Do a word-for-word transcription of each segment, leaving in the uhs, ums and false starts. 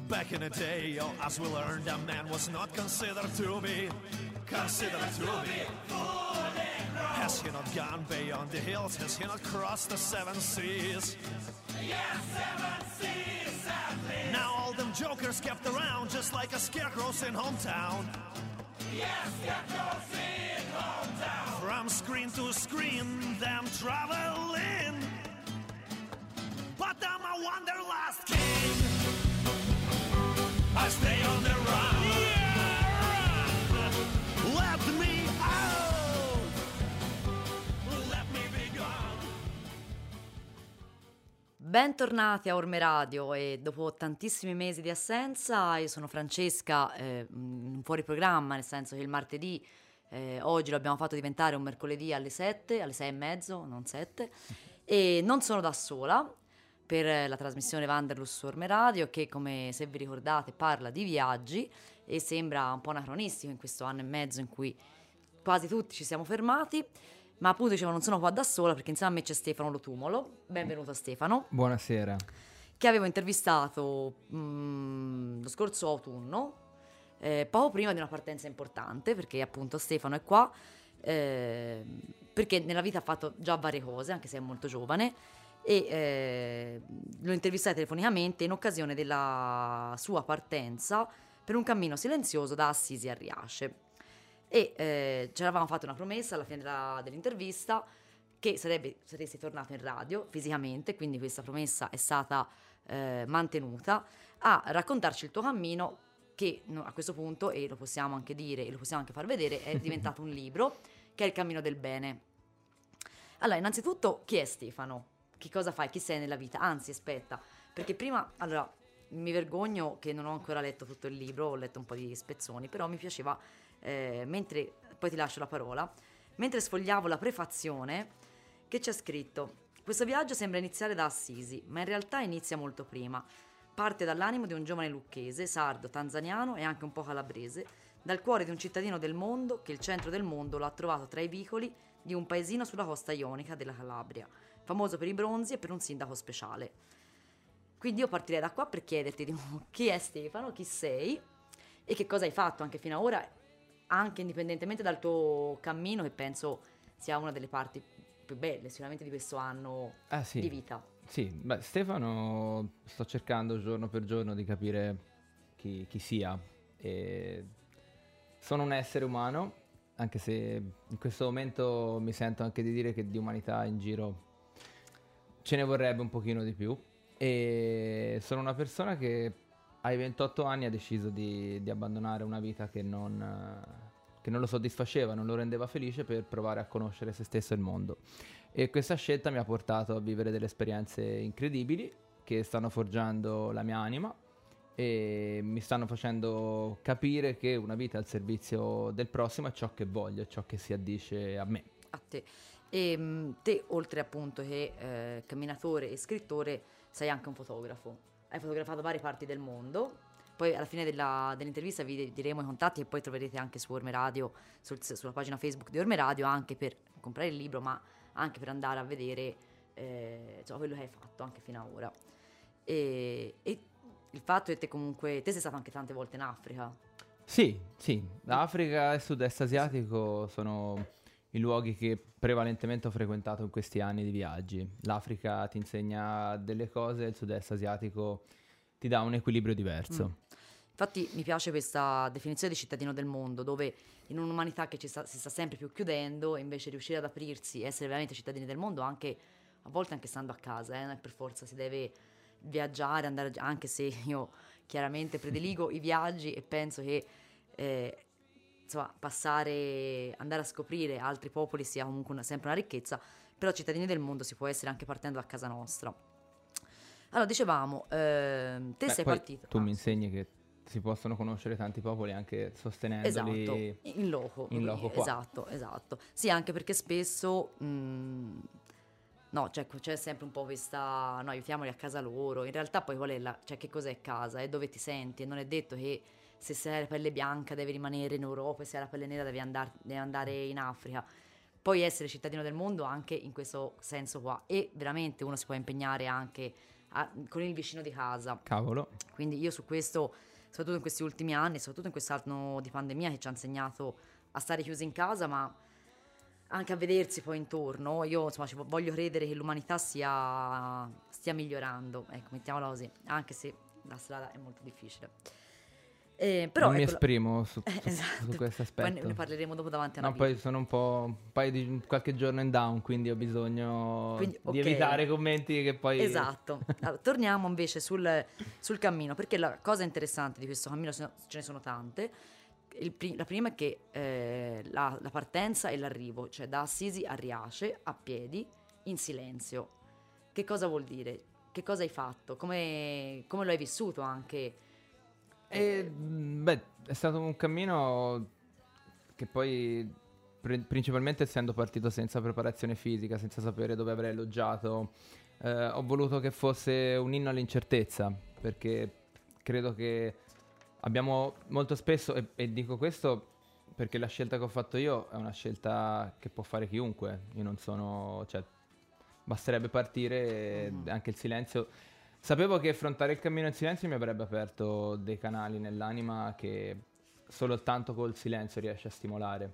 Back in the day, oh, as we learned, a man was not considered to be considered to be. Has he not gone beyond the hills? Has he not crossed the seven seas? Yes, seven seas at least. Now all them jokers kept around just like a scarecrows in hometown. Yes, scarecrows in hometown. From screen to screen, them traveling. But I'm a wanderlust king. I stay on the run. Yeah, run. Let me out. Let me be gone. Bentornati a Orme Radio e dopo tantissimi mesi di assenza io sono Francesca, eh, fuori programma, nel senso che il martedì eh, oggi lo abbiamo fatto diventare un mercoledì alle sette, alle sei e mezzo, non sette, e non sono da sola per la trasmissione Wanderlust su Orme Radio che, come se vi ricordate, parla di viaggi e sembra un po' anacronistico in questo anno e mezzo in cui quasi tutti ci siamo fermati. Ma appunto dicevo, non sono qua da sola perché insieme a me c'è Stefano Lotumolo. Benvenuto Stefano. Buonasera. Che avevo intervistato mh, lo scorso autunno, eh, poco prima di una partenza importante, perché appunto Stefano è qua, eh, perché nella vita ha fatto già varie cose, anche se è molto giovane, e eh, lo intervistai telefonicamente in occasione della sua partenza per un cammino silenzioso da Assisi a Riace. E eh, ci eravamo fatto una promessa alla fine della, dell'intervista che sarebbe, saresti tornato in radio fisicamente, quindi questa promessa è stata eh, mantenuta, a raccontarci il tuo cammino che no, a questo punto, e lo possiamo anche dire e lo possiamo anche far vedere, è diventato un libro che è Il cammino del bene. Allora, innanzitutto, chi è Stefano? Che cosa fai? Chi sei nella vita? Anzi, aspetta, perché prima, allora, mi vergogno che non ho ancora letto tutto il libro, ho letto un po' di spezzoni, però mi piaceva. Eh, mentre poi ti lascio la parola, mentre sfogliavo la prefazione che c'è scritto: questo viaggio sembra iniziare da Assisi, ma in realtà inizia molto prima. Parte dall'animo di un giovane lucchese, sardo, tanzaniano e anche un po' calabrese, dal cuore di un cittadino del mondo che il centro del mondo lo ha trovato tra i vicoli di un paesino sulla costa ionica della Calabria, famoso per i bronzi e per un sindaco speciale. Quindi io partirei da qua per chiederti di nuovo chi è Stefano, chi sei e che cosa hai fatto anche fino ad ora, anche indipendentemente dal tuo cammino, che penso sia una delle parti più belle sicuramente di questo anno ah, sì. di vita. Sì, beh, Stefano sto cercando giorno per giorno di capire chi, chi sia. E sono un essere umano, anche se in questo momento mi sento anche di dire che di umanità in giro ce ne vorrebbe un pochino di più. E sono una persona che ai ventotto anni ha deciso di, di abbandonare una vita che non, che non lo soddisfaceva, non lo rendeva felice, per provare a conoscere se stesso e il mondo. E questa scelta mi ha portato a vivere delle esperienze incredibili che stanno forgiando la mia anima e mi stanno facendo capire che una vita al servizio del prossimo è ciò che voglio, è ciò che si addice a me. A te. E mh, te, oltre appunto che eh, camminatore e scrittore, sei anche un fotografo. Hai fotografato varie parti del mondo. Poi alla fine della, dell'intervista vi diremo i contatti e poi troverete anche su Orme Radio, sul, sulla pagina Facebook di Orme Radio, anche per comprare il libro, ma anche per andare a vedere eh, insomma, quello che hai fatto anche fino ad ora. E, e il fatto che te comunque, te sei stato anche tante volte in Africa. Sì, sì, l'Africa e il sud-est asiatico sono i luoghi che prevalentemente ho frequentato in questi anni di viaggi. L'Africa ti insegna delle cose, il sud-est asiatico ti dà un equilibrio diverso. Mm. Infatti mi piace questa definizione di cittadino del mondo, dove in un'umanità che ci sta, si sta sempre più chiudendo, invece riuscire ad aprirsi, essere veramente cittadini del mondo, anche a volte anche stando a casa, eh, non è per forza, si deve viaggiare, andare, anche se io chiaramente prediligo i viaggi e penso che eh, insomma, passare, andare a scoprire altri popoli sia comunque una, sempre una ricchezza, però cittadini del mondo si può essere anche partendo da casa nostra. Allora, dicevamo, ehm, te Beh, sei poi partito. Tu ah, mi insegni che si possono conoscere tanti popoli anche sostenendoli esatto, in loco. in loco qua. Esatto, esatto. Sì, anche perché spesso... Mh, no, cioè, c'è sempre un po' questa... No, aiutiamoli a casa loro. In realtà poi qual è la... Cioè, che cos'è casa? È dove ti senti. E non è detto che se sei la pelle bianca devi rimanere in Europa e se hai la pelle nera devi, andar, devi andare in Africa. Puoi essere cittadino del mondo anche in questo senso qua. E veramente uno si può impegnare anche a- con il vicino di casa. Cavolo. Quindi io su questo, soprattutto in questi ultimi anni, soprattutto in quest'anno di pandemia che ci ha insegnato a stare chiusi in casa, ma anche a vedersi poi intorno, io insomma ci vo- voglio credere che l'umanità stia, stia migliorando, ecco, mettiamola così, anche se la strada è molto difficile. Eh, però non mi ecco, la- esprimo su, Eh, su- esatto. su questo Poi ne, aspetto. ne parleremo dopo davanti a una No, poi sono un po' un paio di qualche giorno in down, quindi ho bisogno Quindi, di ok. evitare commenti che poi... Esatto. Allora, torniamo invece sul, sul cammino, perché la cosa interessante di questo cammino, ce ne sono tante. Il pri- la prima è che eh, la, la partenza e l'arrivo, cioè da Assisi a Riace, a piedi, in silenzio. Che cosa vuol dire? Che cosa hai fatto? Come, come lo hai vissuto anche? E, mh, beh, è stato un cammino che poi, pri- principalmente essendo partito senza preparazione fisica, senza sapere dove avrei alloggiato, eh, ho voluto che fosse un inno all'incertezza, perché credo che abbiamo molto spesso, e, e dico questo perché la scelta che ho fatto io è una scelta che può fare chiunque. Io non sono, cioè, basterebbe partire, Mhm. e anche il silenzio. Sapevo che affrontare il cammino in silenzio mi avrebbe aperto dei canali nell'anima che soltanto col silenzio riesce a stimolare.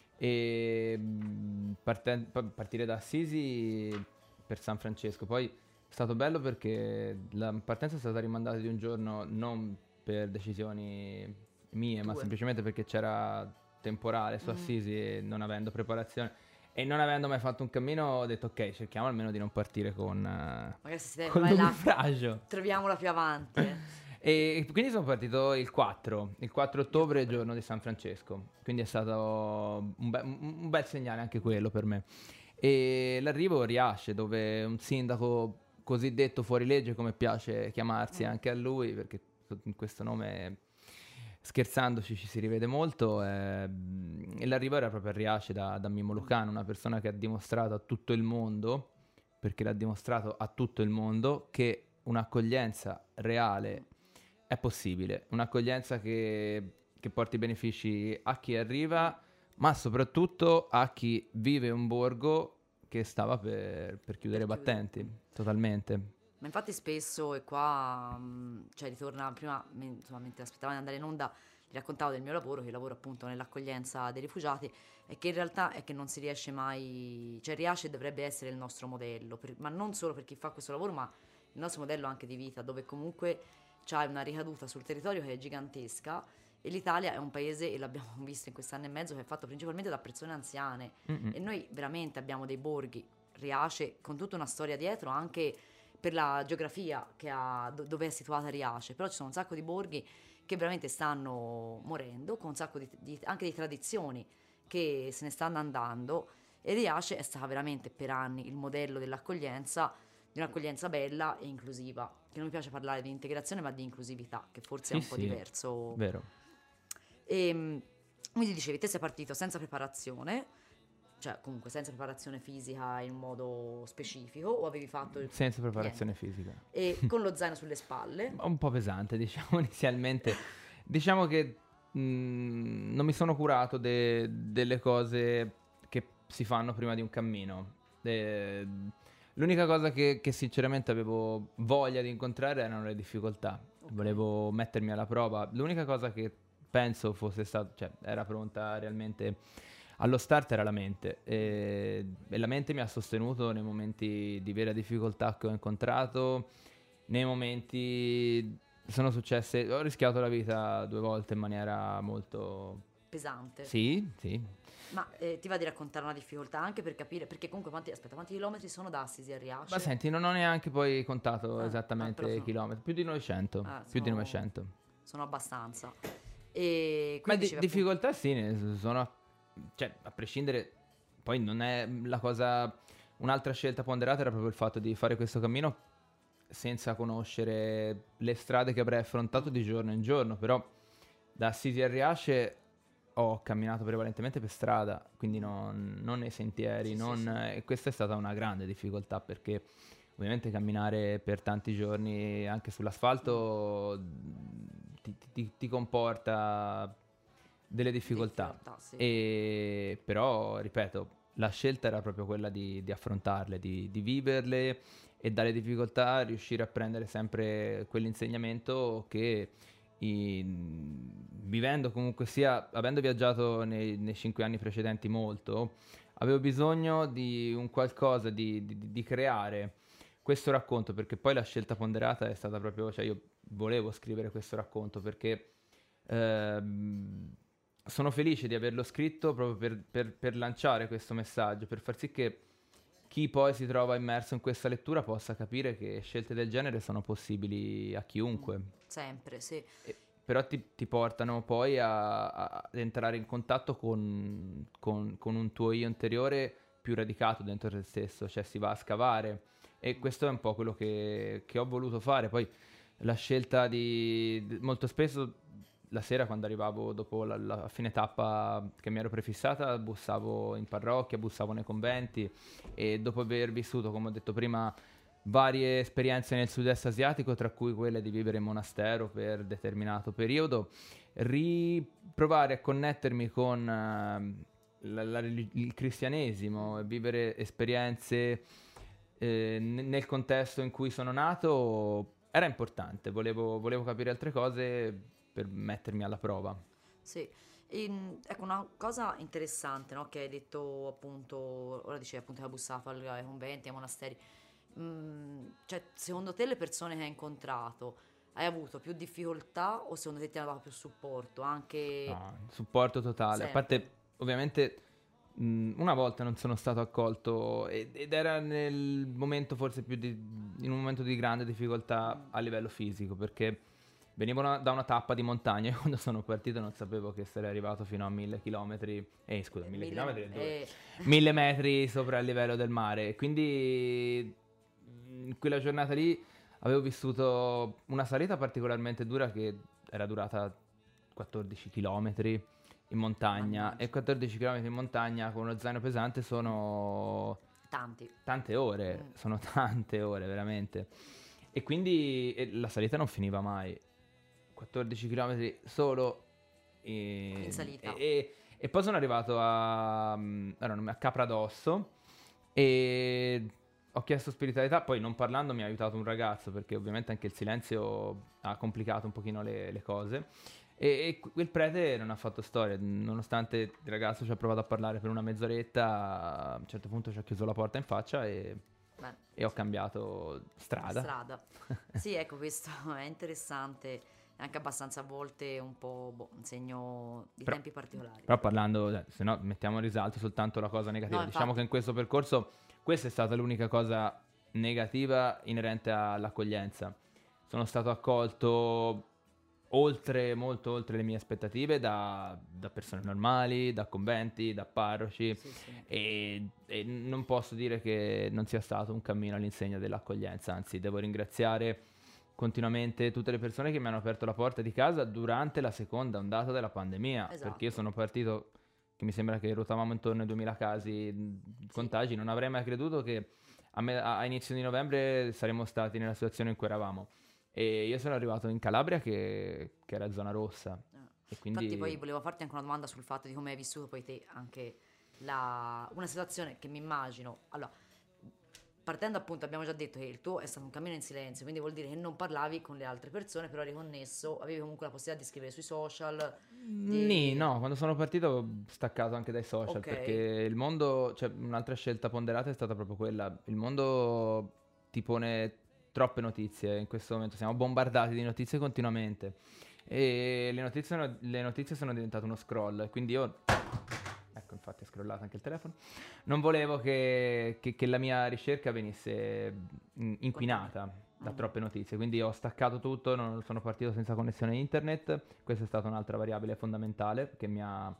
E mh, parten- pa- partire da Assisi per San Francesco. Poi è stato bello perché la partenza è stata rimandata di un giorno non per decisioni mie, ma Tue. semplicemente perché c'era temporale su Mm. Assisi e non avendo preparazione. E non avendo mai fatto un cammino ho detto ok, cerchiamo almeno di non partire con, eh, Magari se siete con vai là, naufragio. troviamola più avanti. eh. E quindi sono partito il quattro, il quattro ottobre, giorno di San Francesco. Quindi è stato un, be- un bel segnale anche quello per me. E l'arrivo a Riace, dove un sindaco cosiddetto fuorilegge, come piace chiamarsi Mm. anche a lui, perché in questo nome, scherzandoci, ci si rivede molto. eh, e l'arrivo era proprio a Riace da, da Mimmo Lucano, una persona che ha dimostrato a tutto il mondo, perché l'ha dimostrato a tutto il mondo, che un'accoglienza reale è possibile, un'accoglienza che, che porti benefici a chi arriva, ma soprattutto a chi vive un borgo che stava per, per chiudere i Per chiudere. battenti, totalmente. Ma infatti spesso, e qua, mh, cioè ritorna, prima, me- insomma, mentre aspettavo di andare in onda, vi raccontavo del mio lavoro, che lavoro appunto nell'accoglienza dei rifugiati, e che in realtà è che non si riesce mai, cioè Riace dovrebbe essere il nostro modello, per- ma non solo per chi fa questo lavoro, ma il nostro modello anche di vita, dove comunque c'è una ricaduta sul territorio che è gigantesca, e l'Italia è un paese, e l'abbiamo visto in quest'anno e mezzo, che è fatto principalmente da persone anziane, Mm-mm. e noi veramente abbiamo dei borghi, Riace, con tutta una storia dietro, anche per la geografia che ha, do- dove è situata Riace, però ci sono un sacco di borghi che veramente stanno morendo, con un sacco di, di- anche di tradizioni che se ne stanno andando, e Riace è stata veramente per anni il modello dell'accoglienza, di un'accoglienza bella e inclusiva, che non mi piace parlare di integrazione ma di inclusività, che forse è Sì, un po' sì, diverso. vero. E quindi dicevi, te sei partito senza preparazione, cioè comunque senza preparazione fisica in modo specifico, o avevi fatto il- Senza preparazione fisica. e con lo zaino sulle spalle? Un po' pesante, diciamo, inizialmente. Diciamo che mh, non mi sono curato de- delle cose che si fanno prima di un cammino. Eh, l'unica cosa che, che sinceramente avevo voglia di incontrare erano le difficoltà. Ok. Volevo mettermi alla prova. L'unica cosa che penso fosse stata, cioè, era pronta realmente allo start era la mente. E, e la mente mi ha sostenuto nei momenti di vera difficoltà che ho incontrato, nei momenti sono successe, ho rischiato la vita due volte in maniera molto... Pesante. Sì, sì. Ma eh, ti va di raccontare una difficoltà anche per capire, perché comunque quanti, aspetta, quanti chilometri sono da Assisi a Riace? Ma senti, non ho neanche poi contato Ah, ah, esattamente però i sono- chilometri, più di novecento, Ah, più di sono- novecento. Sono abbastanza. E Ma quindi di- dicevi appunto- difficoltà sì, ne sono, a- cioè, a prescindere, poi non è la cosa, un'altra scelta ponderata era proprio il fatto di fare questo cammino senza conoscere le strade che avrei affrontato di giorno in giorno, però da Assisi a Riace ho camminato prevalentemente per strada, quindi non, non nei sentieri, Sì, sì, non- sì. e questa è stata una grande difficoltà perché ovviamente camminare per tanti giorni anche sull'asfalto ti, ti- ti comporta delle difficoltà. difficoltà, sì. E però, ripeto, la scelta era proprio quella di, di affrontarle, di, di viverle e dalle difficoltà riuscire a prendere sempre quell'insegnamento che in, vivendo comunque sia, avendo viaggiato nei, nei cinque anni precedenti molto, avevo bisogno di un qualcosa, di, di, di creare questo racconto, perché poi la scelta ponderata è stata proprio, cioè io volevo scrivere questo racconto perché ehm, sono felice di averlo scritto proprio per, per, per lanciare questo messaggio, per far sì che chi poi si trova immerso in questa lettura possa capire che scelte del genere sono possibili a chiunque. Sempre, sì. E, però ti, ti portano poi a, a, ad entrare in contatto con, con, con un tuo io interiore più radicato dentro te stesso, cioè si va a scavare. E questo è un po' quello che, che ho voluto fare. Poi la scelta di... di- molto spesso la sera quando arrivavo dopo la, la fine tappa che mi ero prefissata, bussavo in parrocchia, bussavo nei conventi e dopo aver vissuto, come ho detto prima, varie esperienze nel sud-est asiatico, tra cui quelle di vivere in monastero per determinato periodo, riprovare a connettermi con eh, la- la relig- il cristianesimo e vivere esperienze eh, n- nel contesto in cui sono nato era importante, volevo, volevo capire altre cose per mettermi alla prova. Sì, in- ecco una cosa interessante, no, che hai detto appunto, ora dicevi appunto che hai bussato al- ai conventi, ai monasteri. Mm, cioè, secondo te le persone che hai incontrato hai avuto più difficoltà o secondo te ti hanno dato più supporto? Anche No, supporto totale. A sempre. parte, ovviamente, mh, una volta non sono stato accolto ed, ed era nel momento forse più di, in un momento di grande difficoltà a livello fisico, perché venivo una- da una tappa di montagna e quando sono partito non sapevo che sarei arrivato fino a mille chilometri, eh scusa, mille Mille- chilometri è dove? eh, Mille metri sopra il livello del mare. Quindi mh, in quella giornata lì avevo vissuto una salita particolarmente dura che era durata quattordici chilometri in montagna Mannaggia. e quattordici chilometri in montagna con uno zaino pesante sono tanti. tante ore, Mm. sono tante ore veramente. E quindi e la salita non finiva mai. quattordici chilometri solo e, In salita. e- e- e poi sono arrivato a, mm, allora, a Capradosso e ho chiesto spiritualità, poi non parlando mi ha aiutato un ragazzo perché ovviamente anche il silenzio ha complicato un pochino le, le cose e, e quel prete non ha fatto storia, nonostante il ragazzo ci ha provato a parlare per una mezz'oretta, a un certo punto ci ha chiuso la porta in faccia e, Beh, e ho cambiato strada. strada. Sì, ecco, questo è interessante, è anche abbastanza a volte un po' boh, un segno di Però- tempi particolari. Però parlando, eh, se no mettiamo in risalto soltanto la cosa negativa. No, Diciamo infatti. che in questo percorso questa è stata l'unica cosa negativa inerente all'accoglienza. Sono stato accolto oltre, molto oltre le mie aspettative da, da persone normali, da conventi, da parroci Sì, sì. e, e non posso dire che non sia stato un cammino all'insegna dell'accoglienza, anzi devo ringraziare continuamente tutte le persone che mi hanno aperto la porta di casa durante la seconda ondata della pandemia, Esatto. perché io sono partito, che mi sembra che ruotavamo intorno ai duemila casi di contagi, non avrei mai creduto che a, me- a- a inizio di novembre saremmo stati nella situazione in cui eravamo. E io sono arrivato in Calabria che, che era zona rossa. Ah. E quindi... Infatti poi volevo farti anche una domanda sul fatto di come hai vissuto poi te anche la- una situazione che mi immagino. Allora, partendo appunto abbiamo già detto che il tuo è stato un cammino in silenzio, quindi vuol dire che non parlavi con le altre persone, però eri connesso, avevi comunque la possibilità di scrivere sui social. di- Nì, no, quando sono partito ho staccato anche dai social Ok. perché il mondo, cioè un'altra scelta ponderata è stata proprio quella. Il mondo ti pone troppe notizie in questo momento, siamo bombardati di notizie continuamente e le notizie, sono- le notizie sono diventate uno scroll, quindi io, ecco infatti è scrollato anche il telefono, non volevo che, che- che la mia ricerca venisse mm, inquinata da Mm. troppe notizie, quindi ho staccato tutto, non sono partito senza connessione internet, questa è stata un'altra variabile fondamentale che mi ha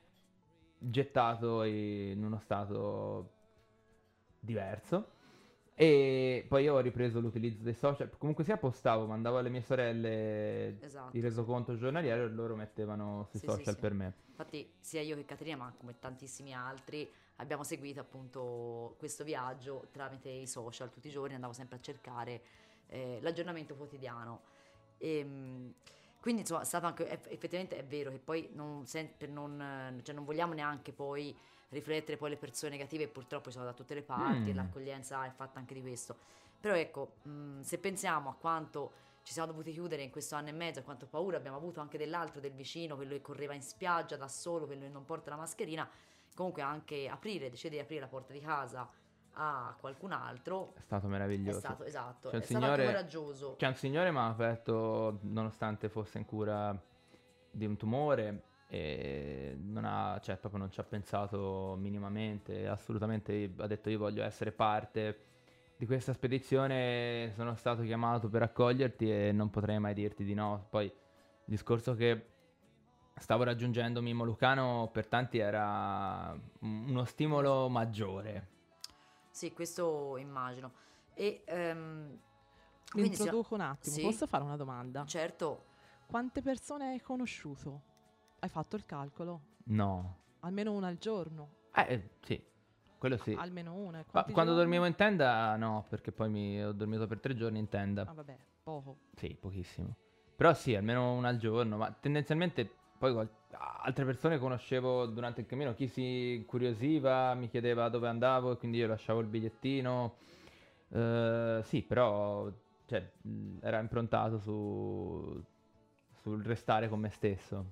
gettato in uno stato diverso. E poi io ho ripreso l'utilizzo dei social, comunque sia postavo, mandavo alle mie sorelle Esatto, il resoconto giornaliero e loro mettevano sui Sì, sì, social sì. per me. Infatti sia io che Caterina, ma come tantissimi altri, abbiamo seguito appunto questo viaggio tramite i social tutti i giorni, andavo sempre a cercare eh, l'aggiornamento quotidiano. Ehm, quindi insomma è stato anche, eff- effettivamente è vero che poi non, sen- per non, eh, cioè non vogliamo neanche poi riflettere poi le persone negative, e purtroppo sono da tutte le parti e Mm. l'accoglienza è fatta anche di questo. Però ecco, mh, se pensiamo a quanto ci siamo dovuti chiudere in questo anno e mezzo, a quanto paura abbiamo avuto anche dell'altro, del vicino, quello che correva in spiaggia da solo, quello che non porta la mascherina, comunque anche aprire, decidere di aprire la porta di casa a qualcun altro È stato meraviglioso. è stato, esatto, C'è è un stato signore- anche coraggioso. C'è un signore mi ha aperto, nonostante fosse in cura di un tumore, e non ha, cioè proprio non ci ha pensato minimamente, assolutamente, ha detto io voglio essere parte di questa spedizione, sono stato chiamato per accoglierti e non potrei mai dirti di no. Poi il discorso che stavo raggiungendo Mimmo Lucano per tanti era un- uno stimolo maggiore. Sì, questo immagino. E ehm, Mi quindi si- introduco un attimo, sì, posso fare una domanda? certo, Quante persone hai conosciuto? Hai fatto il calcolo? No. Almeno una al giorno? Eh, sì, quello sì. Almeno una? E Ma quanti quando giorni? dormivo in tenda, no, perché poi mi ho dormito per tre giorni in tenda. Ah vabbè, poco. Sì, pochissimo. Però sì, almeno una al giorno, ma tendenzialmente poi qual- altre persone conoscevo durante il cammino, chi si incuriosiva, mi chiedeva dove andavo e quindi io lasciavo il bigliettino. Eh, sì, però cioè, mh, era improntato su, sul restare con me stesso.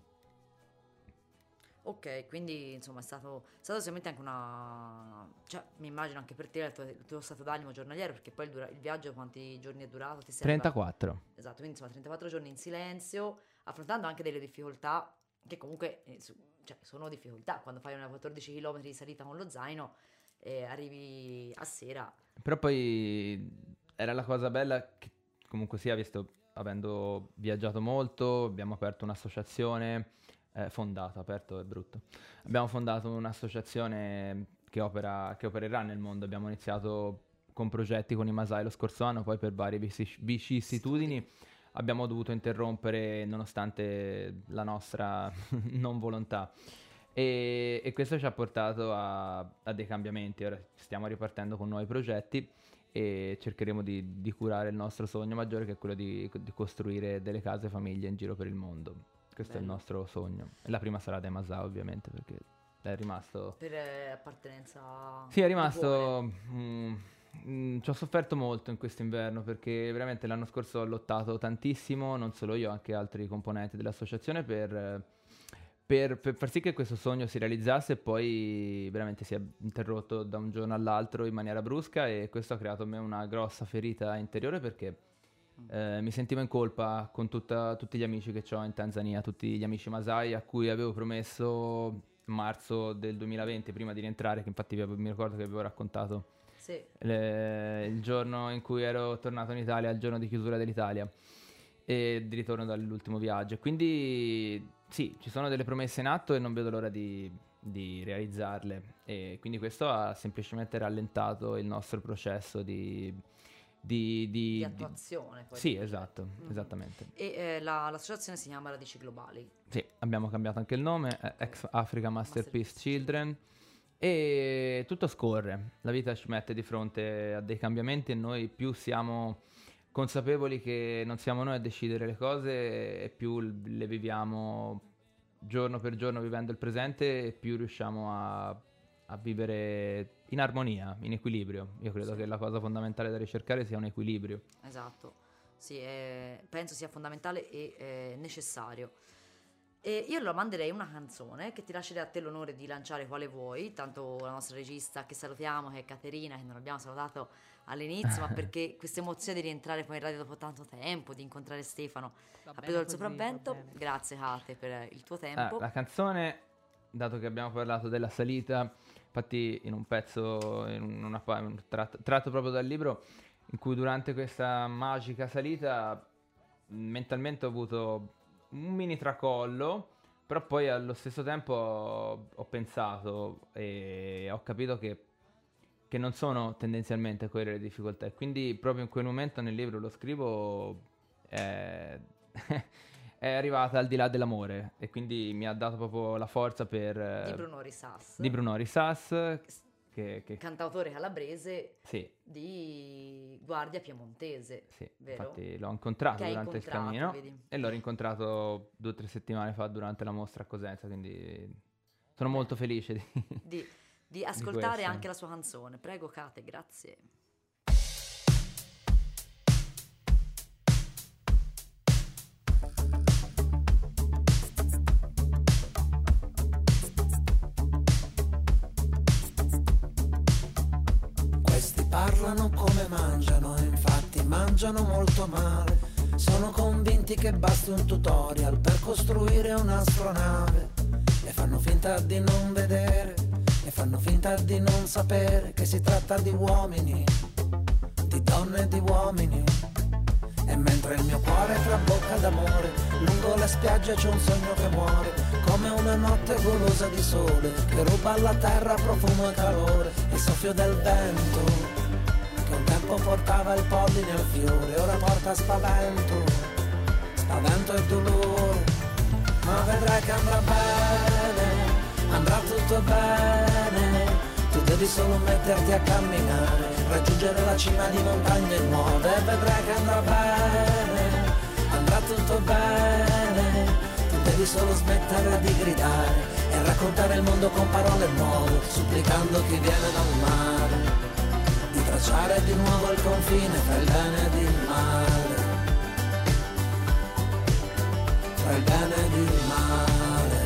ok, quindi insomma è stato, è stato sicuramente anche una, cioè mi immagino anche per te il tuo, il tuo stato d'animo giornaliero, perché poi il, dura- il viaggio quanti giorni è durato? Ti sei arrivato- trentaquattro. Esatto, quindi insomma trentaquattro giorni in silenzio, affrontando anche delle difficoltà che comunque eh, su- cioè, sono difficoltà, quando fai una quattordici chilometri di salita con lo zaino e arrivi a sera. Però poi era la cosa bella che comunque sia, visto, avendo viaggiato molto, abbiamo aperto un'associazione, eh, fondato, aperto è brutto, abbiamo fondato un'associazione che opera, che opererà nel mondo, abbiamo iniziato con progetti con i Masai lo scorso anno, poi per varie vici- vicissitudini abbiamo dovuto interrompere nonostante la nostra non volontà. E, e questo ci ha portato a, a dei cambiamenti. Ora stiamo ripartendo con nuovi progetti e cercheremo di, di curare il nostro sogno maggiore, che è quello di, di costruire delle case famiglie in giro per il mondo. Questo è il Bello. nostro sogno. E la prima sarà dai Masà, ovviamente, perché è rimasto... Per eh, appartenenza Sì, è di cuore. rimasto... mm, mm, ci ho sofferto molto in questo inverno, perché veramente l'anno scorso ho lottato tantissimo, non solo io, anche altri componenti dell'associazione, per... eh, per, per far sì che questo sogno si realizzasse, e poi veramente si è interrotto da un giorno all'altro in maniera brusca, e questo ha creato a me una grossa ferita interiore, perché eh, mi sentivo in colpa con tutta- tutti gli amici che ho in Tanzania, tutti gli amici Masai a cui avevo promesso marzo del duemilaventi, prima di rientrare, che infatti vi avevo- mi ricordo che avevo raccontato Sì, le- il giorno in cui ero tornato in Italia, il giorno di chiusura dell'Italia e di ritorno dall'ultimo viaggio. Quindi sì, ci sono delle promesse in atto e non vedo l'ora di, di realizzarle, e quindi questo ha semplicemente rallentato il nostro processo di... di, di- di di- attuazione. Poi Sì, del esatto, progetto. Mhm. esattamente. E eh, la- l'associazione si chiama Radici Globali. Sì, abbiamo cambiato anche il nome, è Ex Africa Masterpiece Masterpiece Children, e tutto scorre, la vita ci mette di fronte a dei cambiamenti e noi più siamo consapevoli che non siamo noi a decidere le cose e più l- le viviamo giorno per giorno vivendo il presente, e più riusciamo a, a vivere in armonia, in equilibrio. Io credo Sì. che la cosa fondamentale da ricercare sia un equilibrio. Esatto, sì, eh, penso sia fondamentale e eh, necessario. E io allora manderei una canzone che ti lascerei a te l'onore di lanciare quale vuoi, tanto la nostra regista che salutiamo, che è Caterina, che non abbiamo salutato all'inizio, ma perché questa emozione di rientrare poi in radio dopo tanto tempo, di incontrare Stefano, Va ha bene preso il così, sopravvento. va bene. Grazie Kate per il tuo Ah, tempo. la canzone, dato che abbiamo parlato della salita, infatti in un pezzo, in una, pa- un tratto, tratto proprio dal libro, in cui durante questa magica salita mh, mentalmente ho avuto un mini tracollo, però poi allo stesso tempo ho, ho pensato e ho capito che, che non sono tendenzialmente quelle le difficoltà, e quindi proprio in quel momento nel libro lo scrivo, eh, è arrivata al di là dell'amore, e quindi mi ha dato proprio la forza per... eh, Di Bruno Risas, di Bruno Risas, che, che- cantautore calabrese sì, di Guardia Piemontese, sì, vero? infatti l'ho incontrato Che hai durante il incontrato, cammino, vedi? e l'ho rincontrato due o tre settimane fa durante la mostra a Cosenza, quindi sono molto felice di... di, di ascoltare questo. anche la sua canzone. Prego Kate, grazie. parlano come mangiano, infatti mangiano molto male. Sono convinti che basti un tutorial per costruire un'astronave. E fanno finta di non vedere, e fanno finta di non sapere che si tratta di uomini, di donne e di uomini. E mentre il mio cuore trabocca d'amore, lungo le spiagge c'è un sogno che muore, come una notte golosa di sole, che ruba alla terra profumo e calore. Il soffio del vento, che un tempo portava il polline al fiore, ora porta spavento, spavento e dolore. Ma vedrai che andrà bene, andrà tutto bene. Tu devi solo metterti a camminare, raggiungere la cima di montagne nuove, e vedrai che andrà bene, andrà tutto bene. Tu devi solo smettere di gridare e raccontare il mondo con parole nuove, supplicando chi viene dal mare di tracciare di nuovo il confine tra il bene ed il male, tra il bene ed il male.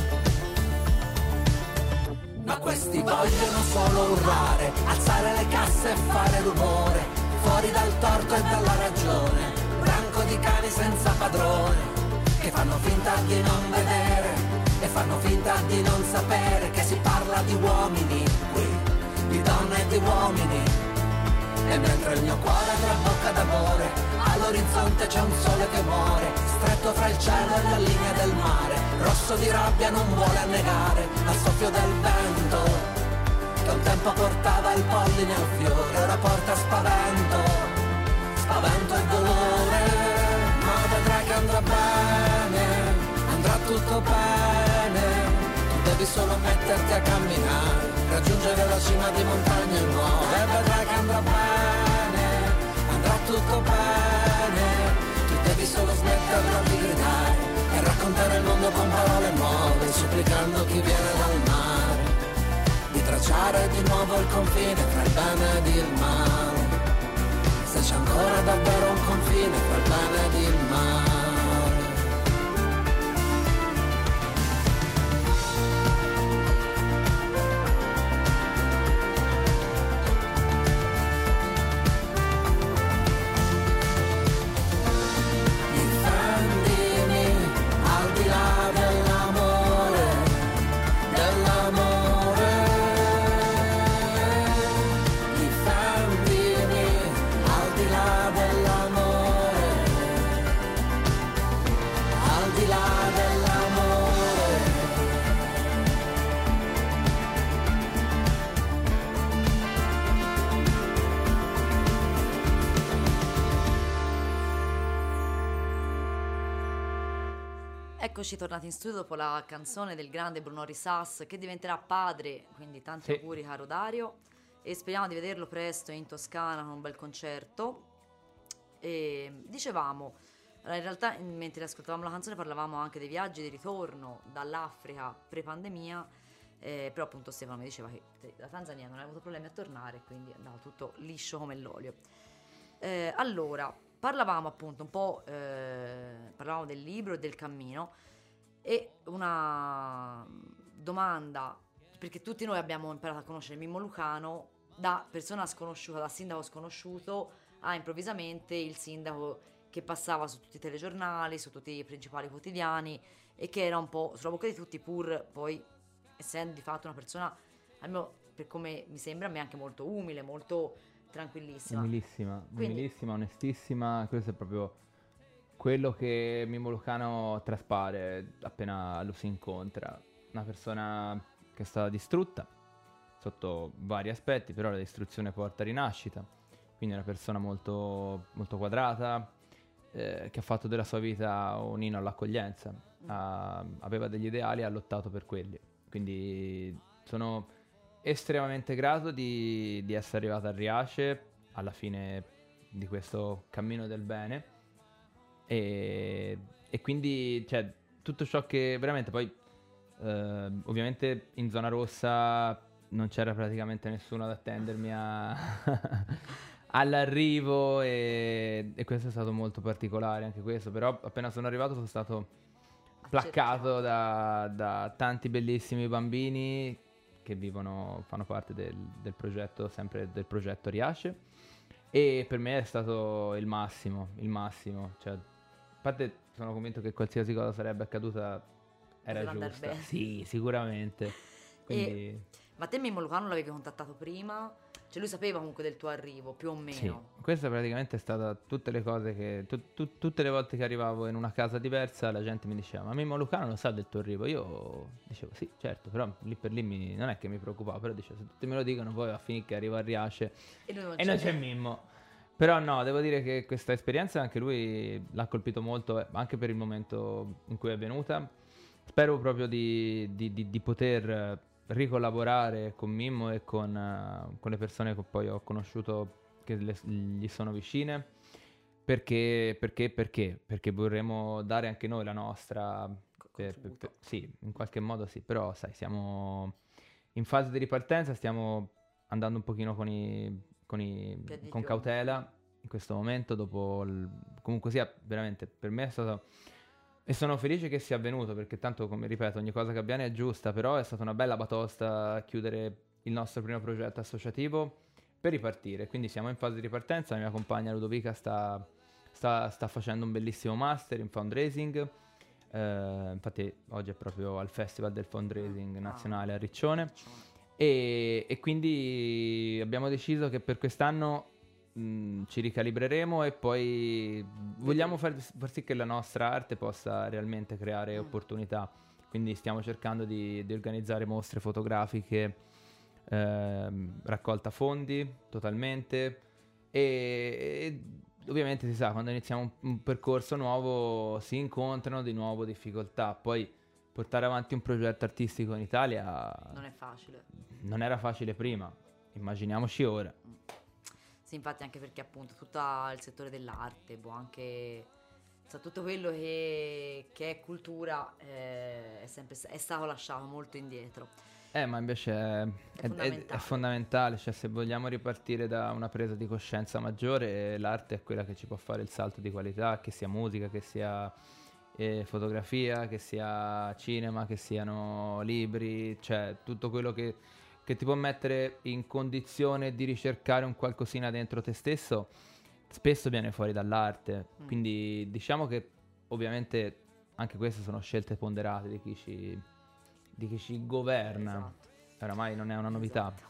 Ma questi vogliono solo urlare, alzare le casse e fare rumore, fuori dal torto e dalla ragione, branco di cani senza padrone, che fanno finta di non vedere e fanno finta di non sapere che si parla di uomini qui, di donne e di uomini. E mentre il mio cuore trabocca d'amore, all'orizzonte c'è un sole che muore, stretto fra il cielo e la linea del mare, rosso di rabbia non vuole annegare al soffio del vento, che un tempo portava il polline al fiore, ora porta spavento, spavento e dolore. Ma vedrai che andrà bene, andrà tutto bene. Tu devi solo metterti a camminare, raggiungere la cima di montagne nuove, e vedrai che andrà bene, andrà tutto bene. Tu devi solo smetterla di gridare e raccontare il mondo con parole nuove, supplicando chi viene dal mare di tracciare di nuovo il confine tra il bene ed il male, se c'è ancora davvero un confine tra il bene ed il male. Eccoci tornati in studio dopo la canzone del grande Bruno Risas, che diventerà padre, quindi tanti Sì. auguri caro Dario, e speriamo di vederlo presto in Toscana con un bel concerto. E dicevamo, in realtà mentre ascoltavamo la canzone parlavamo anche dei viaggi di ritorno dall'Africa pre-pandemia, eh, però appunto Stefano mi diceva che la Tanzania non ha avuto problemi a tornare, quindi andava tutto liscio come l'olio. Eh, allora, parlavamo appunto un po', eh, parlavamo del libro e del cammino, e una domanda, perché tutti noi abbiamo imparato a conoscere Mimmo Lucano da persona sconosciuta, da sindaco sconosciuto a improvvisamente il sindaco che passava su tutti i telegiornali, su tutti i principali quotidiani, e che era un po' sulla bocca di tutti, pur poi essendo di fatto una persona, almeno per come mi sembra a me, anche molto umile, molto tranquillissima. Umilissima, Quindi- umilissima, onestissima, questo è proprio quello che Mimmo Lucano traspare appena lo si incontra. Una persona che è stata distrutta sotto vari aspetti, però la distruzione porta a rinascita, quindi è una persona molto, molto quadrata, eh, che ha fatto della sua vita un inno all'accoglienza, ha- aveva degli ideali e ha lottato per quelli, quindi sono estremamente grato di, di essere arrivato a Riace alla fine di questo cammino del bene, e, e quindi cioè, tutto ciò che veramente poi eh, ovviamente in zona rossa non c'era praticamente nessuno ad attendermi a all'arrivo, e, e questo è stato molto particolare anche questo, però appena sono arrivato sono stato placcato da, da tanti bellissimi bambini che vivono, fanno parte del, del progetto, sempre del progetto Riasce, e per me è stato il massimo, il massimo, cioè, a parte sono convinto che qualsiasi cosa sarebbe accaduta era Poteva andar giusta, bene. sì, sicuramente, quindi... Ma te Mimmo Lucano l'avevi contattato prima? Cioè lui sapeva comunque del tuo arrivo, più o meno? Sì, questa praticamente è stata tutte le cose che... tu- tu- tutte le volte che arrivavo in una casa diversa la gente mi diceva ma Mimmo Lucano lo sa del tuo arrivo? Io dicevo sì, certo, però lì per lì mi- non è che mi preoccupavo, però dicevo se tutti me lo dicono poi va a finire che arrivo a Riasce E lui non e non c'è Mimmo. Però no, devo dire che questa esperienza anche lui l'ha colpito molto, eh, anche per il momento in cui è venuta. Spero proprio di, di- di- di poter ricollaborare con Mimmo e con, eh, con le persone che poi ho conosciuto che le- gli sono vicine. Perché, perché, perché? Perché vorremmo dare anche noi la nostra... Co- per- per- contributo. per- sì, in qualche modo sì, però sai, siamo in fase di ripartenza, stiamo andando un pochino con i, con, i- Piedi di con piombo. cautela in questo momento, dopo il- comunque sia, veramente, per me è stato... E sono felice che sia avvenuto, perché tanto, come ripeto, ogni cosa che avviene è giusta, però è stata una bella batosta chiudere il nostro primo progetto associativo per ripartire. Quindi siamo in fase di ripartenza, la mia compagna Ludovica sta, sta, sta facendo un bellissimo master in fundraising, eh, infatti oggi è proprio al Festival del Fundraising Ah, Nazionale a Riccione. Riccione. E, e quindi abbiamo deciso che per quest'anno mh, ci ricalibreremo e poi vogliamo far, far sì che la nostra arte possa realmente creare Mm. opportunità. Quindi stiamo cercando di, di organizzare mostre fotografiche, ehm, raccolta fondi totalmente e, e ovviamente si sa, quando iniziamo un, un percorso nuovo si incontrano di nuovo difficoltà. Poi portare avanti un progetto artistico in Italia Non è facile. non era facile prima, immaginiamoci ora. Sì, infatti anche perché appunto tutto il settore dell'arte, boh, anche sa, tutto quello che, che è cultura eh, è sempre è stato lasciato molto indietro. Eh, ma invece è, è- è- fondamentale. è fondamentale, cioè se vogliamo ripartire da una presa di coscienza maggiore, l'arte è quella che ci può fare il salto di qualità, che sia musica, che sia eh, fotografia, che sia cinema, che siano libri, cioè tutto quello che, che ti può mettere in condizione di ricercare un qualcosina dentro te stesso, spesso viene fuori dall'arte. Mm. Quindi diciamo che ovviamente anche queste sono scelte ponderate di chi ci, di chi ci governa. Esatto. Oramai non è una novità. Esatto.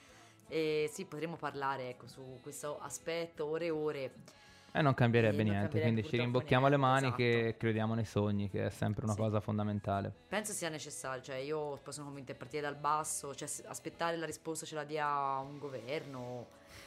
E sì, potremmo parlare ecco, su questo aspetto ore e ore. E non cambierebbe E non niente, cambierebbe quindi ci purtroppo rimbocchiamo le niente, maniche esatto. e crediamo nei sogni, che è sempre una Sì. cosa fondamentale. Penso sia necessario, cioè io poi sono convinta di partire dal basso, cioè s- aspettare la risposta ce la dia un governo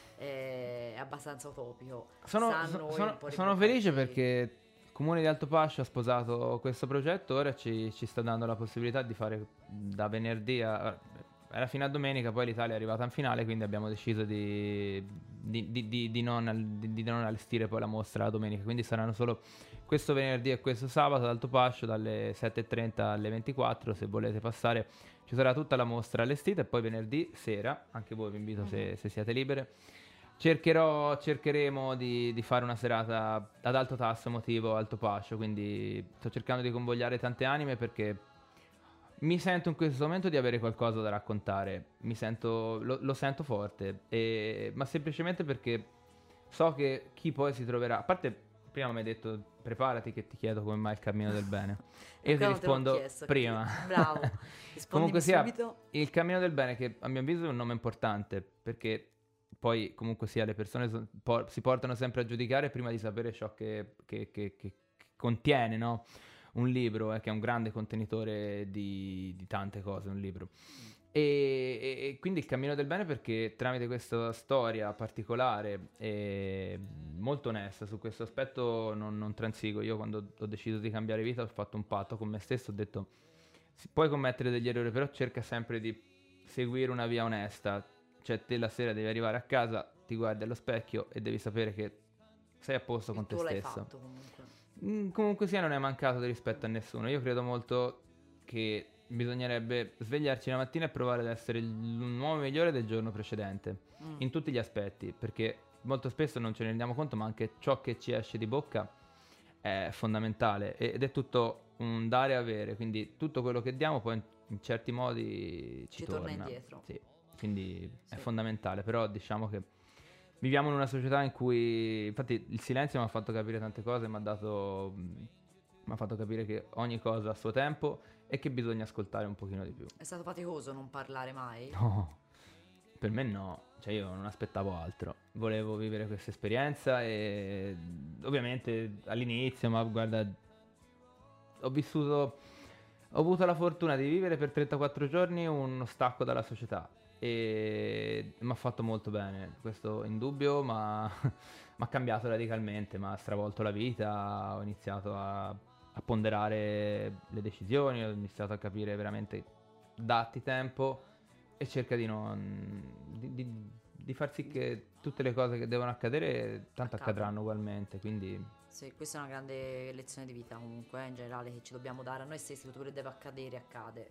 eh, è abbastanza utopico. Sono, Sta a so- noi sono- un po' sono riportarci- felice perché il Comune di Altopascio ha sposato questo progetto, ora ci, ci sta dando la possibilità di fare da venerdì a... era fino a domenica, poi l'Italia è arrivata in finale, quindi abbiamo deciso di, di- di- di- di non, al- di- di non allestire poi la mostra la domenica, quindi saranno solo questo venerdì e questo sabato ad Altopascio dalle sette e trenta alle ventiquattro. Se volete passare ci sarà tutta la mostra allestita, e poi venerdì sera, anche voi vi invito se, se siete libere, cercherò, cercheremo di, di fare una serata ad alto tasso emotivo a Altopascio, quindi sto cercando di convogliare tante anime perché mi sento in questo momento di avere qualcosa da raccontare, mi sento, lo, lo sento forte, e- ma semplicemente perché so che chi poi si troverà, a parte prima mi hai detto preparati che ti chiedo come mai il cammino del bene, e io ti Ancora non te l'ho rispondo chiesto, prima. quindi bravo. Rispondimi Comunque sia, subito. il cammino del bene, che a mio avviso è un nome importante, perché poi comunque sia le persone so- por- si portano sempre a giudicare prima di sapere ciò che, che- che- che- che contiene, no? Un libro, eh, che è un grande contenitore di, di tante cose, un libro. E, e- e quindi il cammino del bene, perché tramite questa storia particolare e molto onesta, su questo aspetto non, non transigo. Io quando ho deciso di cambiare vita ho fatto un patto con me stesso, ho detto si, puoi commettere degli errori, però cerca sempre di seguire una via onesta. Cioè te la sera devi arrivare a casa, ti guardi allo specchio e devi sapere che sei a posto Il con te tuo l'hai stesso. fatto comunque. Mm, comunque sia, non è mancato di rispetto a nessuno. Io credo molto che bisognerebbe svegliarci la mattina e provare ad essere il- l'uomo migliore del giorno precedente, Mm. in tutti gli aspetti, perché molto spesso non ce ne rendiamo conto, ma anche ciò che ci esce di bocca è fondamentale, ed è tutto un dare e avere, quindi tutto quello che diamo poi in, in certi modi ci, Ci torna indietro. Sì, quindi Sì. è fondamentale, però diciamo che viviamo in una società in cui, infatti il silenzio mi ha fatto capire tante cose, mi ha dato, mi ha fatto capire che ogni cosa ha il suo tempo e che bisogna ascoltare un pochino di più. È stato faticoso non parlare mai? No, per me no, cioè io non aspettavo altro, volevo vivere questa esperienza e ovviamente all'inizio, ma guarda, ho vissuto, ho avuto la fortuna di vivere per trentaquattro giorni uno stacco dalla società e mi ha fatto molto bene, questo è indubbio, ma mi ha cambiato radicalmente, mi ha stravolto la vita, ho iniziato a, a ponderare le decisioni, ho iniziato a capire veramente, datti tempo e cerca di non di, di, di far sì che tutte le cose che devono accadere tanto Accadano. accadranno ugualmente, quindi Sì, questa è una grande lezione di vita comunque, eh, in generale, che ci dobbiamo dare a noi stessi, tutto quello che deve accadere, accade.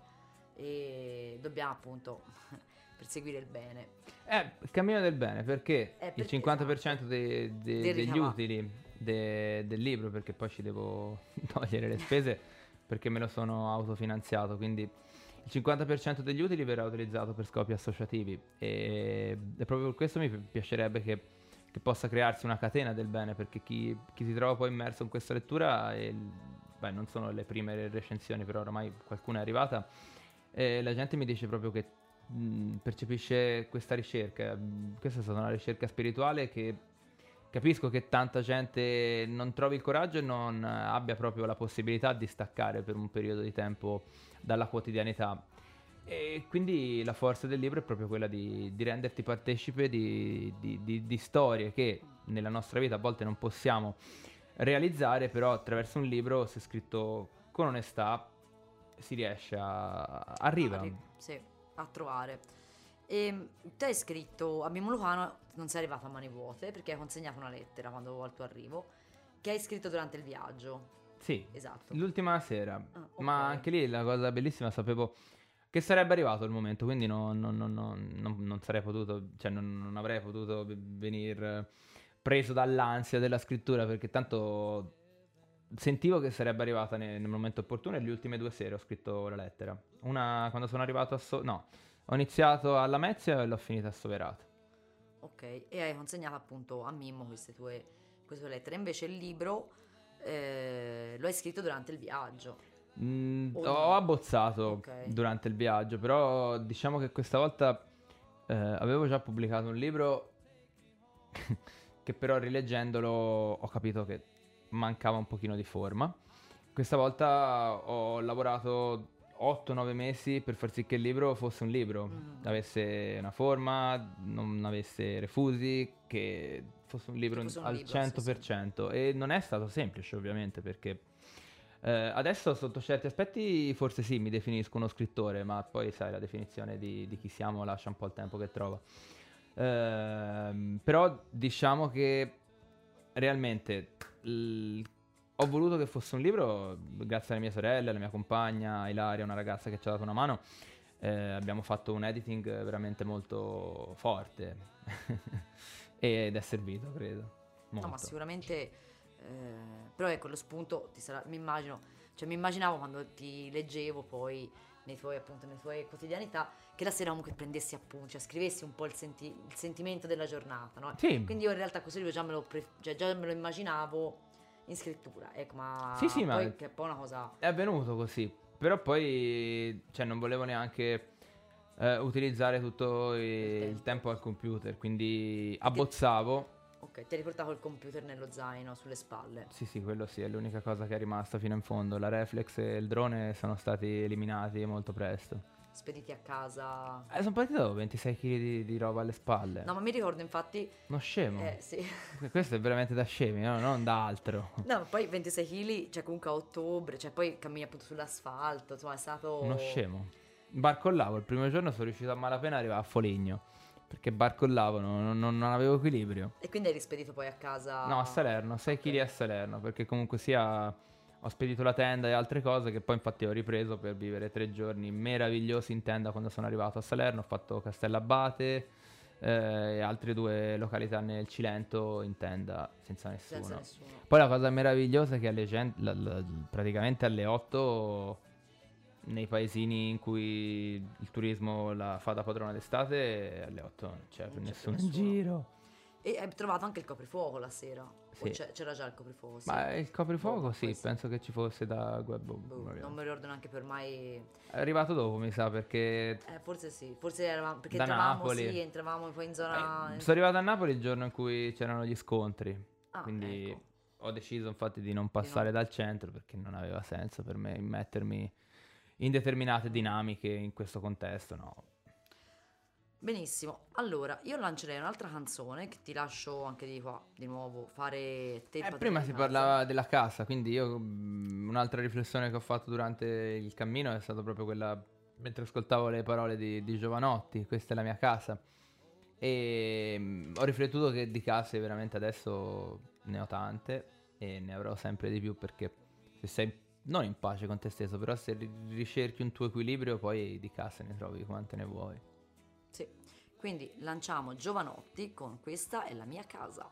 E dobbiamo appunto perseguire il bene. è il cammino del bene, perché Eh, perché il cinquanta per cento esatto. dei- dei- Del degli ricavato. utili de- del libro, perché poi ci devo togliere le spese perché me lo sono autofinanziato, quindi il cinquanta per cento degli utili verrà utilizzato per scopi associativi e, e proprio per questo mi pi- piacerebbe che, che possa crearsi una catena del bene, perché chi, chi si trova poi immerso in questa lettura, e, beh, non sono le prime recensioni, però ormai qualcuna è arrivata, e la gente mi dice proprio che mh, percepisce questa ricerca. Mh, Questa è stata una ricerca spirituale che capisco che tanta gente non trovi il coraggio e non eh, abbia proprio la possibilità di staccare per un periodo di tempo dalla quotidianità. E quindi la forza del libro è proprio quella di, di renderti partecipe di, di- di- di storie che nella nostra vita a volte non possiamo realizzare, però attraverso un libro, se scritto con onestà, si riesce a... arriva. Arri- sì, a trovare. E te hai scritto a Mimmo Lucano, non sei arrivato a mani vuote perché hai consegnato una lettera quando al tuo arrivo, che hai scritto durante il viaggio. Sì, Esatto. l'ultima sera. Ah, Ma ok. anche lì la cosa bellissima, sapevo che sarebbe arrivato il momento, quindi non, non- non- non- non- non sarei potuto, cioè non, non avrei potuto venire preso dall'ansia della scrittura, perché tanto sentivo che sarebbe arrivata nel, nel momento opportuno, e le ultime due sere ho scritto la lettera. Una quando sono arrivato a So- no, ho iniziato a Lamezia e l'ho finita a Soverato. Ok, e hai consegnato appunto a Mimmo queste tue, queste tue lettere. Invece il libro eh, lo hai scritto durante il viaggio. Mm, O ho no? abbozzato Ok. durante il viaggio, però diciamo che questa volta eh, avevo già pubblicato un libro che però rileggendolo ho capito che mancava un pochino di forma. Questa volta ho lavorato otto nove mesi per far sì che il libro fosse un libro, Mm. avesse una forma, non avesse refusi, che fosse un libro Che fosse un al libro, sì, cento per cento. E non è stato semplice, ovviamente, perché eh, adesso sotto certi aspetti forse sì, mi definisco uno scrittore, ma poi sai, la definizione di, di chi siamo lascia un po' il tempo che trova. Ehm, però diciamo che realmente l- ho voluto che fosse un libro grazie alle mie sorelle, alla mia compagna Ilaria, una ragazza che ci ha dato una mano. Eh, abbiamo fatto un editing veramente molto forte ed è servito, credo. Molto. No, ma sicuramente, eh, però ecco, lo spunto ti sarà, mi immagino, cioè mi immaginavo quando ti leggevo poi nei tuoi, appunto, nelle tue quotidianità, che la sera comunque prendessi appunti, cioè scrivessi un po' il, senti- il sentimento della giornata, no? Sì. Quindi io in realtà questo libro già me lo, pre- cioè, già me lo immaginavo in scrittura, ecco, ma Sì, sì, ma- poi che è poi una cosa... È avvenuto così, però poi cioè, non volevo neanche eh, utilizzare tutto il, il tempo. tempo al computer, quindi abbozzavo. Ok, ti hai riportato il computer nello zaino, sulle spalle. Sì, sì, quello sì, è l'unica cosa che è rimasta fino in fondo. La reflex e il drone sono stati eliminati molto presto. Spediti a casa. Eh, sono partito ventisei chili di, di roba alle spalle. No, ma mi ricordo infatti. Uno scemo. Eh, sì. Questo è veramente da scemi, no? Non da altro. No, ma poi ventisei chili, cioè comunque a ottobre, cioè poi cammini appunto sull'asfalto, insomma è stato... Uno scemo. Barcollavo, il primo giorno sono riuscito a malapena ad arrivare a Foligno, perché barcollavo, non, non- non avevo equilibrio. E quindi hai rispedito poi a casa... No, a Salerno, sei Ok. chili a Salerno, perché comunque sia ho spedito la tenda e altre cose che poi infatti ho ripreso per vivere tre giorni meravigliosi in tenda quando sono arrivato a Salerno. Ho fatto Castellabate, eh, e altre due località nel Cilento in tenda senza nessuno. Senza nessuno. Poi la cosa meravigliosa è che alle cent- la- la- praticamente alle otto nei paesini in cui il turismo la fa da padrona d'estate, alle otto non c'è più Non c'è nessuno più in nessuno. giro. E hai trovato anche il coprifuoco la sera? O Sì. c'è- c'era già il coprifuoco? Sì. Ma il coprifuoco Boh, sì, questo- penso che ci fosse da boh, boh, non non mi ricordo neanche per mai. È arrivato dopo, mi sa, perché Eh, forse sì, forse eravamo. Perché Da entravamo, Napoli. sì, entravamo poi in zona. eh, sono arrivato a Napoli il giorno in cui c'erano gli scontri. Ah, Quindi ecco. ho deciso infatti di non passare dal centro perché non aveva senso per me immettermi in determinate dinamiche in questo contesto, no. Benissimo, allora io lancerei un'altra canzone che ti lascio anche di qua, di nuovo, fare te il Eh, padrone prima di si casa. parlava della casa, quindi io mh, un'altra riflessione che ho fatto durante il cammino è stata proprio quella mentre ascoltavo le parole di, di Giovanotti, questa è la mia casa. E mh, ho riflettuto che di case veramente adesso ne ho tante e ne avrò sempre di più, perché se sei non in pace con te stesso, però se ri- ricerchi un tuo equilibrio poi di case ne trovi quante ne vuoi. Sì, quindi lanciamo Giovanotti con Questa è la mia casa.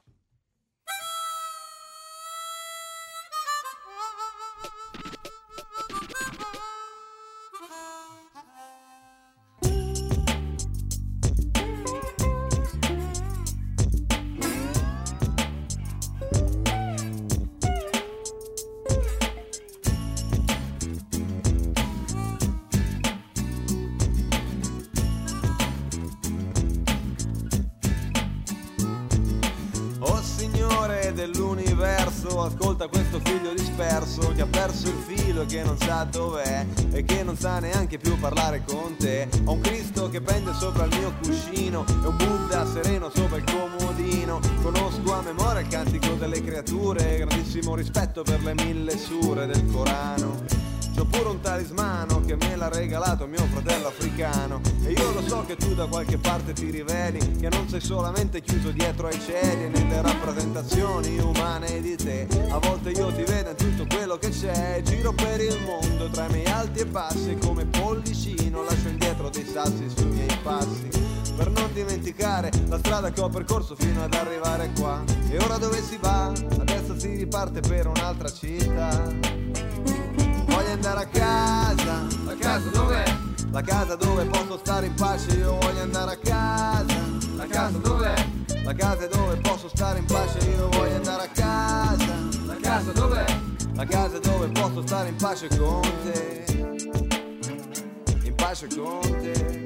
Oh Signore dell'universo, ascolta questo figlio disperso che ha perso il filo e che non sa dov'è e che non sa neanche più parlare con te. Ho un Cristo che pende sopra il mio cuscino e un Buddha sereno sopra il comodino. Conosco a memoria il cantico delle creature, grandissimo rispetto per le mille sure del Corano. C'ho pure un talismano che me l'ha regalato mio fratello africano. E io lo so che tu da qualche parte ti riveli, che non sei solamente chiuso dietro ai cieli e nelle rappresentazioni umane di te. A volte io ti vedo in tutto quello che c'è, giro per il mondo tra i miei alti e bassi, come pollicino lascio indietro dei sassi sui miei passi, per non dimenticare la strada che ho percorso fino ad arrivare qua. E ora dove si va? Adesso si riparte per un'altra città. Voglio andare a casa. La casa dov'è? La casa dove posso stare in pace, io voglio andare a casa. La casa dov'è? La casa dove posso stare in pace, io voglio andare a casa. La casa dov'è? La casa dove posso stare in pace con te. In pace con te.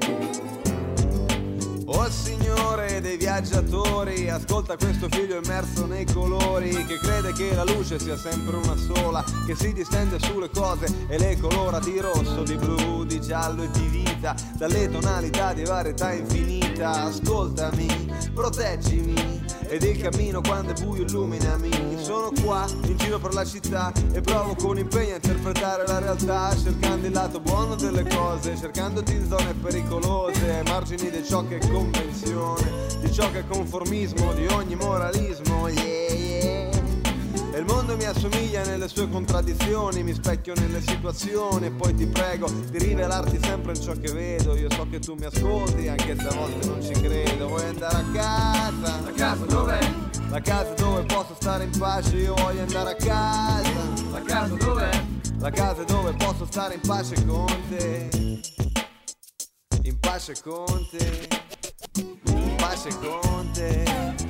Oh Signore dei viaggiatori, ascolta questo figlio immerso nei colori, che crede che la luce sia sempre una sola, che si distende sulle cose e le colora di rosso, di blu, di giallo e di vita, dalle tonalità di varietà infinita. Ascoltami, proteggimi, ed il cammino quando è buio illuminami. Sono qua, in giro per la città, e provo con impegno a interpretare la realtà, cercando il lato buono delle cose, cercandoti in zone pericolose, ai margini di ciò che è convenzione, di ciò che è conformismo, di ogni moralismo, yeah, yeah. E il mondo mi assomiglia nelle sue contraddizioni, mi specchio nelle situazioni e poi ti prego di rivelarti sempre in ciò che vedo. Io so che tu mi ascolti anche se a volte non ci credo. Vuoi andare a casa? La casa dov'è? La casa dove posso stare in pace, io voglio andare a casa. La casa dov'è? La casa dove posso stare in pace con te. In pace con te. In pace con te.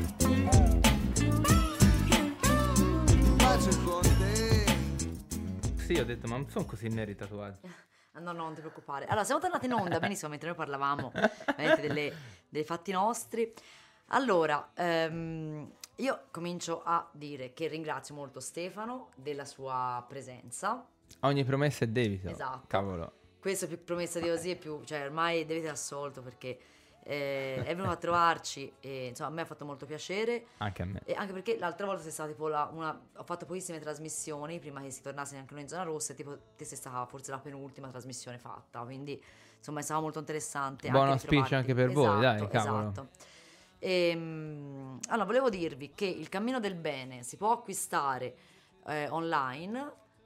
In pace con te. Sì, ho detto, ma non sono così neri i tatuaggi. Ah, no, no, non ti preoccupare. Allora, siamo tornati in onda, benissimo, mentre noi parlavamo veramente delle- dei fatti nostri. Allora, ehm, io comincio a dire che ringrazio molto Stefano della sua presenza. Ogni promessa è debito. Esatto. Cavolo. Questo più promessa di così è più, cioè ormai deve essere assolto perché eh, è venuto a trovarci e insomma a me ha fatto molto piacere. Anche a me. E anche perché l'altra volta sei stata tipo la, una, ho fatto pochissime trasmissioni prima che si tornasse anche noi in zona rossa e tipo te sei stata forse la penultima trasmissione fatta, quindi insomma è stato molto interessante. Buon anche auspicio ritrovarti. anche per voi, dai, Esatto, cavolo. esatto. Ehm, allora volevo dirvi che il Cammino del Bene si può acquistare eh, online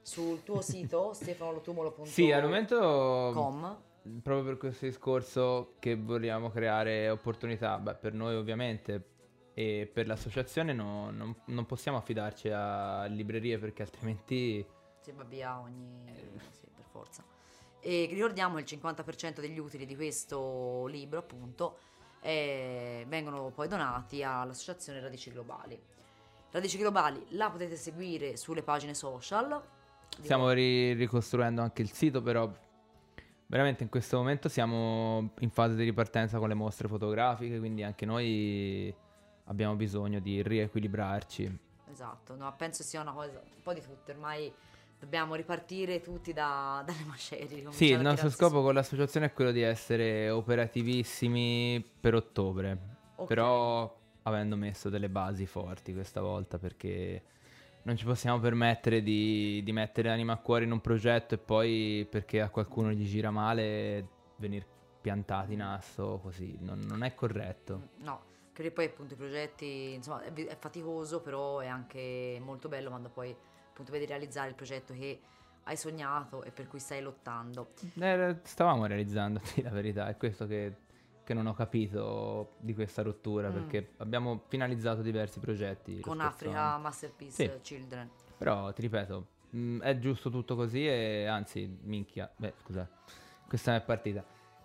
sul tuo sito stefanolotumulo punto com. Sì, al momento proprio per questo discorso che vogliamo creare opportunità, beh, per noi ovviamente, e per l'associazione no, non, non possiamo affidarci a librerie perché altrimenti si va via ogni... sì, per forza. E ricordiamo il cinquanta per cento degli utili di questo libro appunto eh, vengono poi donati all'associazione Radici Globali. Radici Globali la potete seguire sulle pagine social. Stiamo ri- ricostruendo anche il sito, però veramente in questo momento siamo in fase di ripartenza con le mostre fotografiche, quindi anche noi abbiamo bisogno di riequilibrarci. Esatto, no, penso sia una cosa un po' di tutte, ormai dobbiamo ripartire tutti da, dalle macerie. Sì, il nostro scopo su. con l'associazione è quello di essere operativissimi per ottobre, okay. Però avendo messo delle basi forti questa volta, perché non ci possiamo permettere di, di mettere anima a cuore in un progetto e poi perché a qualcuno gli gira male venire piantati in asso così, non, non è corretto. No, perché poi appunto i progetti, insomma, è, è faticoso, però è anche molto bello quando poi appunto vedi realizzare il progetto che hai sognato e per cui stai lottando. Eh, stavamo realizzando, sì, la verità, è questo che, che non ho capito di questa rottura, mm. perché abbiamo finalizzato diversi progetti. Con Africa Masterpiece sì. Children. Però, ti ripeto, mh, è giusto tutto così e anzi, minchia, beh, scusa, questa è partita.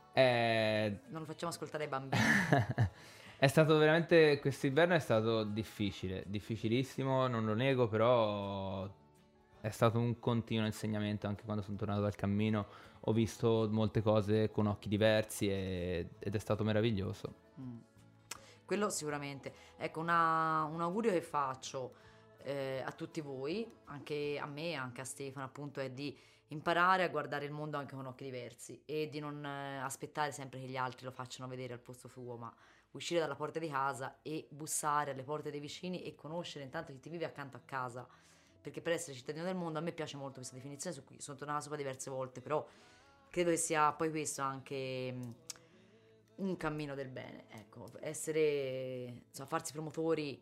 Eh... Non lo facciamo ascoltare ai bambini. È stato veramente, quest'inverno è stato difficile, difficilissimo, non lo nego, però è stato un continuo insegnamento. Anche quando sono tornato dal cammino ho visto molte cose con occhi diversi e, ed è stato meraviglioso. Mm. Quello sicuramente. Ecco, una, un augurio che faccio eh, a tutti voi, anche a me, anche a Stefano appunto, è di imparare a guardare il mondo anche con occhi diversi e di non eh, aspettare sempre che gli altri lo facciano vedere al posto suo, ma uscire dalla porta di casa e bussare alle porte dei vicini e conoscere intanto chi ti vive accanto a casa, perché per essere cittadino del mondo, a me piace molto questa definizione su cui sono tornata sopra diverse volte, però credo che sia poi questo anche mh, un cammino del bene, ecco, essere, insomma, farsi promotori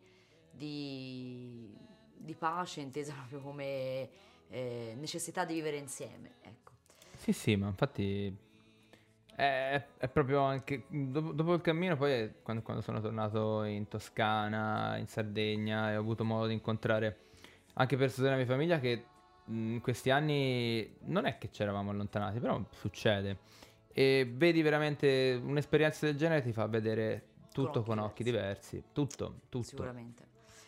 di, di pace, intesa proprio come eh, necessità di vivere insieme, ecco. Sì, sì, ma infatti È, è proprio anche dopo, dopo il cammino, poi è quando, quando sono tornato in Toscana, in Sardegna, e ho avuto modo di incontrare anche persone della mia famiglia che in questi anni non è che ci eravamo allontanati, però succede, e vedi veramente un'esperienza del genere ti fa vedere tutto con occhi, con occhi diversi. diversi, tutto, tutto. Sicuramente.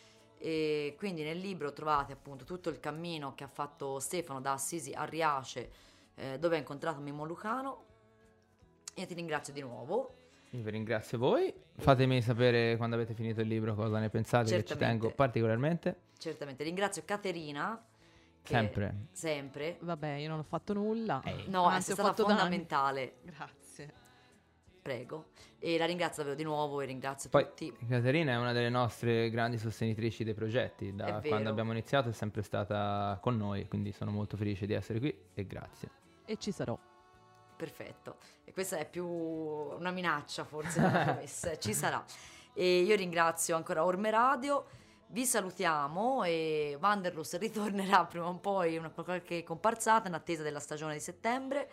E quindi nel libro trovate appunto tutto il cammino che ha fatto Stefano da Assisi a Riace, eh, dove ha incontrato Mimmo Lucano. Io ti ringrazio di nuovo. Io vi ringrazio voi. Fatemi sapere quando avete finito il libro cosa ne pensate, che ci tengo particolarmente. Certamente. Ringrazio Caterina. Che sempre. Sempre. Vabbè, io non ho fatto nulla. Eh. No, Anzi, è stata fondamentale. Danni. Grazie. Prego. E la ringrazio davvero di nuovo e ringrazio Poi, tutti. Caterina è una delle nostre grandi sostenitrici dei progetti. Da quando abbiamo iniziato è sempre stata con noi, quindi sono molto felice di essere qui e grazie. E ci sarò. Perfetto, e questa è più una minaccia forse una promessa, ci sarà. E io ringrazio ancora Orme Radio, vi salutiamo e Wanderlust ritornerà prima o poi una qualche comparsata in attesa della stagione di settembre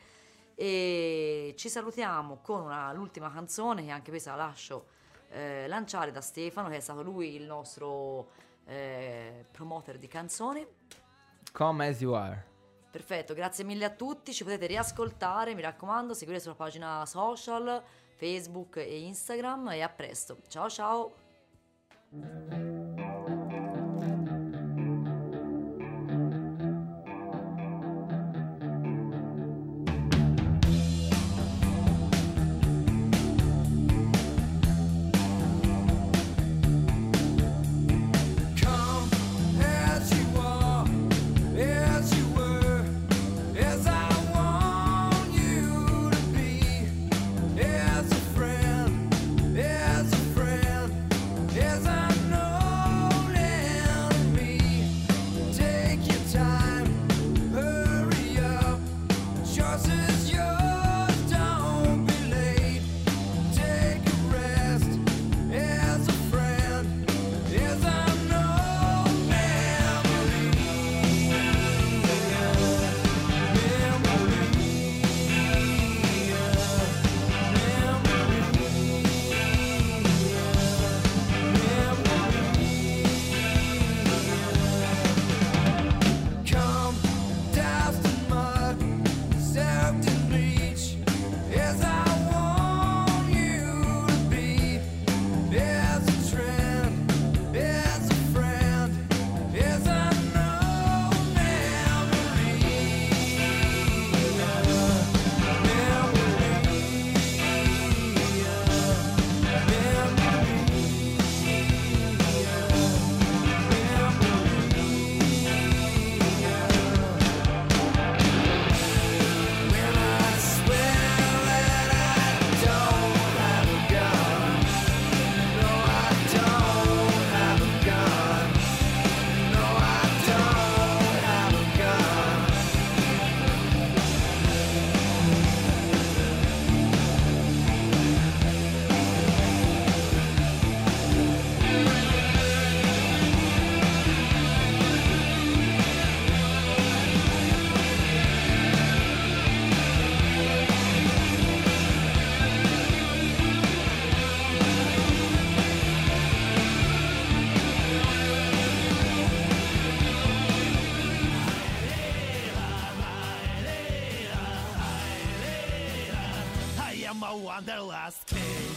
e ci salutiamo con una, l'ultima canzone che anche questa la lascio eh, lanciare da Stefano, che è stato lui il nostro eh, promoter di canzoni. Come As You Are. Perfetto, grazie mille a tutti, ci potete riascoltare, mi raccomando, seguire sulla pagina social, Facebook e Instagram e a presto. Ciao ciao! As a friend, as a friend, as I know. my wanderlust key.